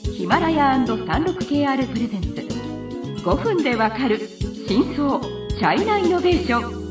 ヒマラヤ&36KRプレゼンツ5分でわかる真相チャイナイノベーション。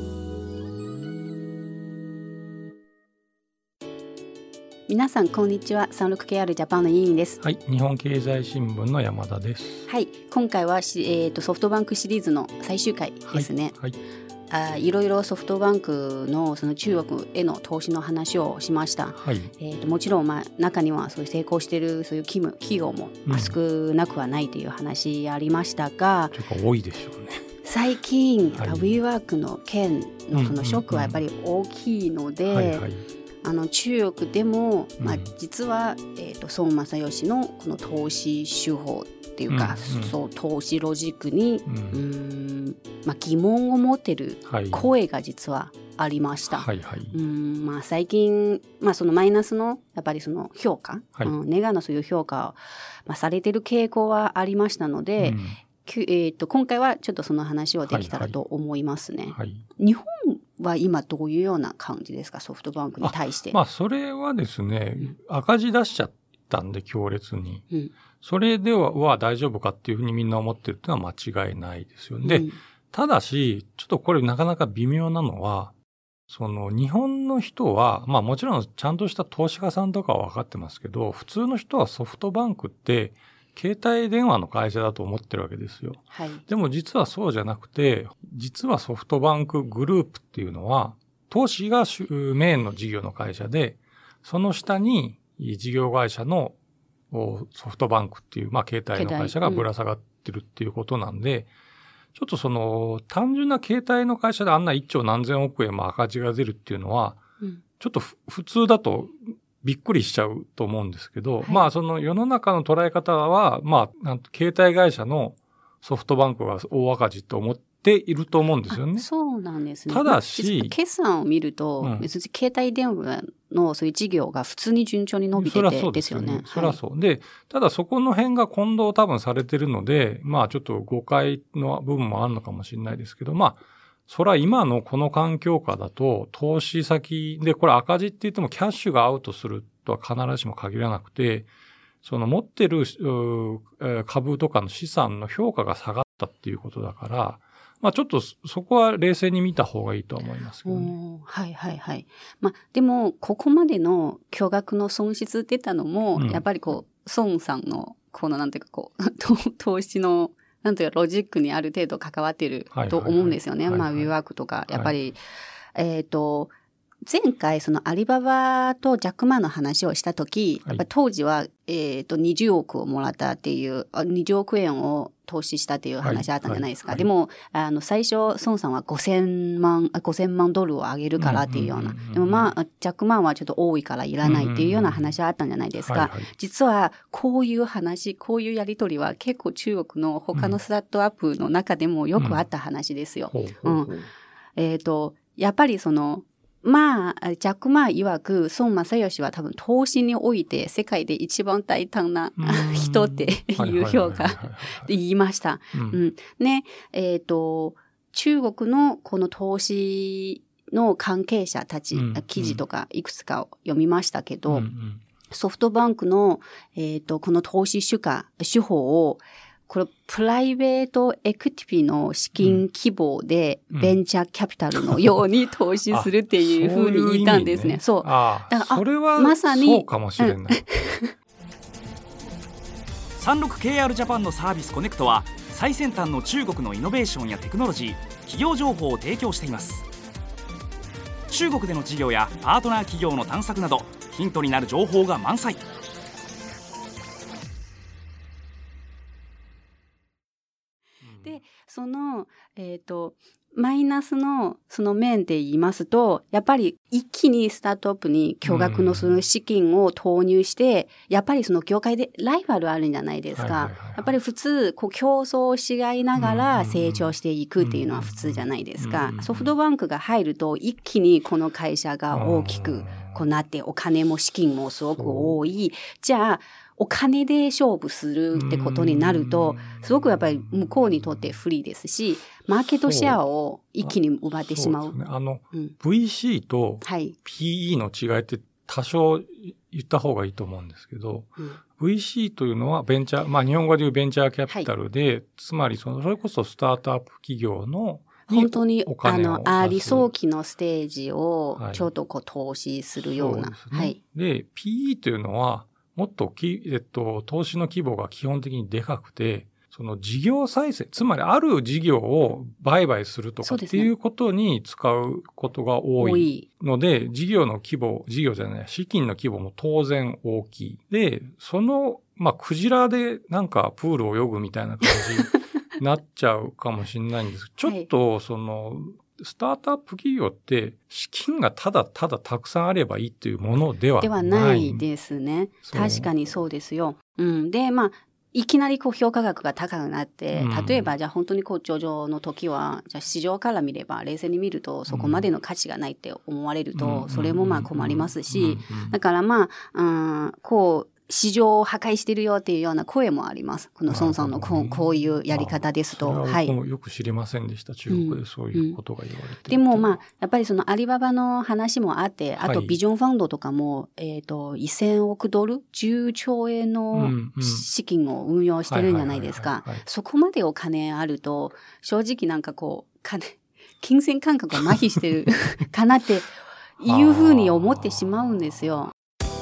皆さんこんにちは。 36KR ジャパンの委員です。 はい、日本経済新聞の山田です。 はい、今回はソフトバンクシリーズの最終回ですね。 はいいろいろソフトバンクのその中国への投資の話をしました。 はい。 もちろん中にはそういう成功しているそういう企業も少なくはないという話ありましたが、 結構多いでしょうね。 最近、WeWork の件のそのショックはやっぱり大きいので、中国でも、実は、孫正義のこの投資手法っていうか、そう投資ロジックに、疑問を持ってる声が実はありました。最近、そのマイナスのやっぱりその評価、ネガのそういう評価を、されてる傾向はありましたので、今回はちょっとその話をできたらと思いますね。日本は今どういうような感じですか、ソフトバンクに対して。 それはですね、赤字出しちゃったんで強烈に、それでは大丈夫かっていうふうにみんな思ってるっていうのは間違いないですよね。で、ただしちょっとこれなかなか微妙なのは、その日本の人はもちろんちゃんとした投資家さんとかは分かってますけど、普通の人はソフトバンクって携帯電話の会社だと思ってるわけですよ。でも実はそうじゃなくて、実はソフトバンクグループっていうのは投資がメインの事業の会社で、その下に事業会社のソフトバンクっていう携帯の会社がぶら下がってるっていうことなんで、ちょっとその単純な携帯の会社であんな1兆何千億円も赤字が出るっていうのは、ちょっと普通だとびっくりしちゃうと思うんですけど、その世の中の捉え方は、携帯会社のソフトバンクが大赤字と思っていると思うんですよね。 そうなんですね。 ただし、 決算を見ると、別に携帯電話のそういう事業が普通に順調に伸びててですよね。 そりゃそう。で、ただそこの辺が混同多分されてるので、ちょっと誤解の部分もあるのかもしれないですけど、それは今のこの環境下だと、投資先で、これ赤字って言ってもキャッシュがアウトするとは必ずしも限らなくて、その持ってる株とかの資産の評価が下がったっていうことだから、ちょっとそこは冷静に見た方がいいと思いますけどね。 でも、ここまでの巨額の損失出たのも、やっぱり孫さんの、なんていうか投資の、なんというかロジックにある程度関わっていると思うんですよね。WeWork とか、やっぱり、前回そのアリババとジャック・マーの話をしたとき、やっぱり当時は、20億をもらったっていう、20億円を投資したっていう話あったんじゃないですか。でも、最初、孫さんは5000万ドルを上げるからっていうような。でもジャック・マーはちょっと多いからいらないっていうような話あったんじゃないですか。実は、こういう話、こういうやりとりは結構中国の他のスタートアップの中でもよくあった話ですよ。やっぱりその、ジャック・マー曰く、孫正義は多分投資において世界で一番大胆な人っていう評価で言いました。中国のこの投資の関係者たち、記事とかいくつかを読みましたけど、ソフトバンクの、この投資手法を、これプライベートエクティの資金規模でベンチャーキャピタルのように投資するっていうふうに言ったんですね。そう。 だからそれはまさにそうかもしれない。 36KR ジャパンのサービスコネクトは最先端の中国のイノベーションやテクノロジー、企業情報を提供しています。中国での事業やパートナー企業の探索などヒントになる情報が満載。 で、その、マイナスのその面で言いますと、やっぱり一気にスタートアップに巨額のその資金を投入して、やっぱりその業界でライバルあるんじゃないですか。やっぱり普通、競争し合いながら成長していくっていうのは普通じゃないですか。ソフトバンクが入ると一気にこの会社が大きくなって、お金も資金もすごく多い。じゃあ、お金で勝負するってことになると、すごくやっぱり向こうにとって不利ですし、マーケットシェアを一気に奪ってしまう。 VC と PE の違いって多少言った方がいいと思うんですけど、VC というのはベンチャー、日本語でいうベンチャーキャピタルで、つまりそれこそスタートアップ企業の本当に理想期のステージをちょっと投資するような。 で、PE というのはもっと投資の規模が基本的にでかくて、その事業再生、つまりある事業を売買するとかっていうことに使うことが多いので、資金の規模も当然大きい。で、クジラでなんかプールを泳ぐみたいな感じになっちゃうかもしれないんですけど、ちょっとスタートアップ企業って資金がただたくさんあればいいっていうものではないですね。確かにそうですよ。で、いきなり評価額が高くなって、例えばじゃあ本当に上場の時は、じゃあ市場から見れば冷静に見るとそこまでの価値がないって思われると、それも困りますし、だから市場を破壊しているよっていうような声もあります。この孫さんのこういうやり方ですと。 よく知りませんでした。中国でそういうことが言われて。 でもやっぱりアリババの話もあって、あとビジョンファンドとかも、1000億ドル、10兆円の資金を運用してるんじゃないですか。そこまでお金あると、正直金銭感覚が麻痺してるかなっていうふうに思ってしまうんですよ。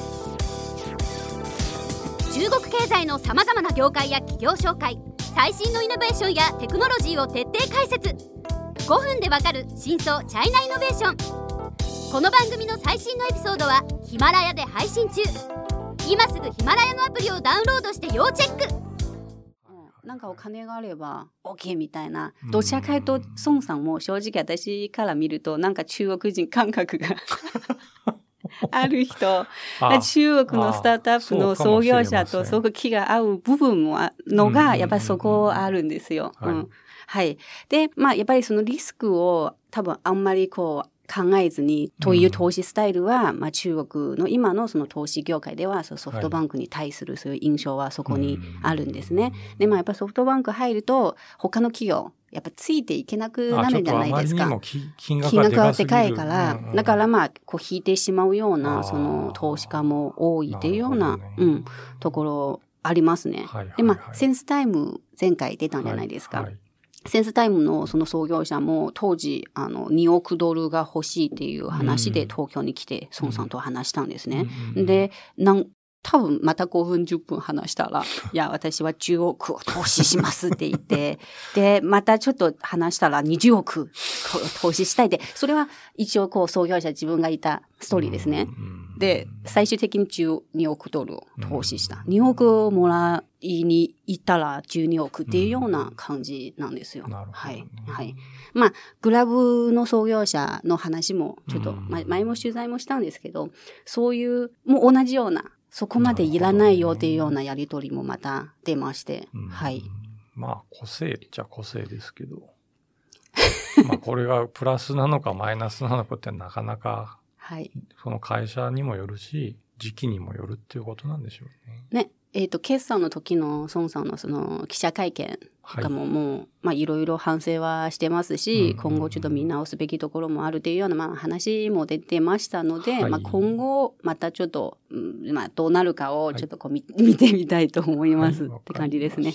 中国経済のさまざまな業界や企業紹介、最新のイノベーションやテクノロジーを徹底解説。5分でわかる真相チャイナイノベーション。この番組の最新のエピソードはヒマラヤで配信中。今すぐヒマラヤのアプリをダウンロードして要チェック。 なんかお金があれば OK みたいな。どちらかというと孫さんも正直私から見るとなんか中国人感覚がある人、中国のスタートアップの創業者とすごく気が合う部分ものがやっぱりそこあるんですよ。で、やっぱりそのリスクを多分あんまり考えずにという投資スタイルは、中国の今のその投資業界ではソフトバンクに対するそういう印象はそこにあるんですね。で、やっぱりソフトバンク入ると他の企業やっぱついていけなくなるんじゃないですか。金額がでかいから、だから引いてしまうようなその投資家も多いっていうような、ところありますね。で、センスタイム前回出たんじゃないですか。センスタイムのその創業者も当時2億ドルが欲しいっていう話で東京に来て孫さんと話したんですね。で、多分また5分10分話したら、いや、私は10億を投資しますって言って、で、またちょっと話したら20億投資したいで、それは一応創業者自分がいたストーリーですね。で、最終的に12億ドルを投資した。2億をもらいに行ったら12億っていうような感じなんですよ。グラブの創業者の話もちょっと前も取材もしたんですけど、そういうもう同じようなそこまでいらないよっていうようなやりとりもまた出まして、 個性っちゃ個性ですけど、これがプラスなのかマイナスなのかってなかなか、その会社にもよるし、時期にもよるっていうことなんでしょうね。 決算の時の孫さんのその記者会見とかももう、いろいろ反省はしてますし、今後ちょっと見直すべきところもあるというような、話も出てましたので、今後またちょっと、どうなるかをちょっと見てみたいと思いますって感じですね。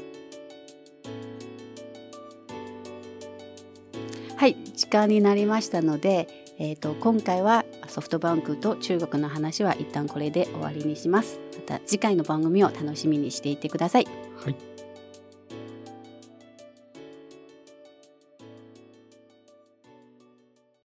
時間になりましたので、今回はソフトバンクと中国の話は一旦これで終わりにします。また次回の番組を楽しみにしていてください。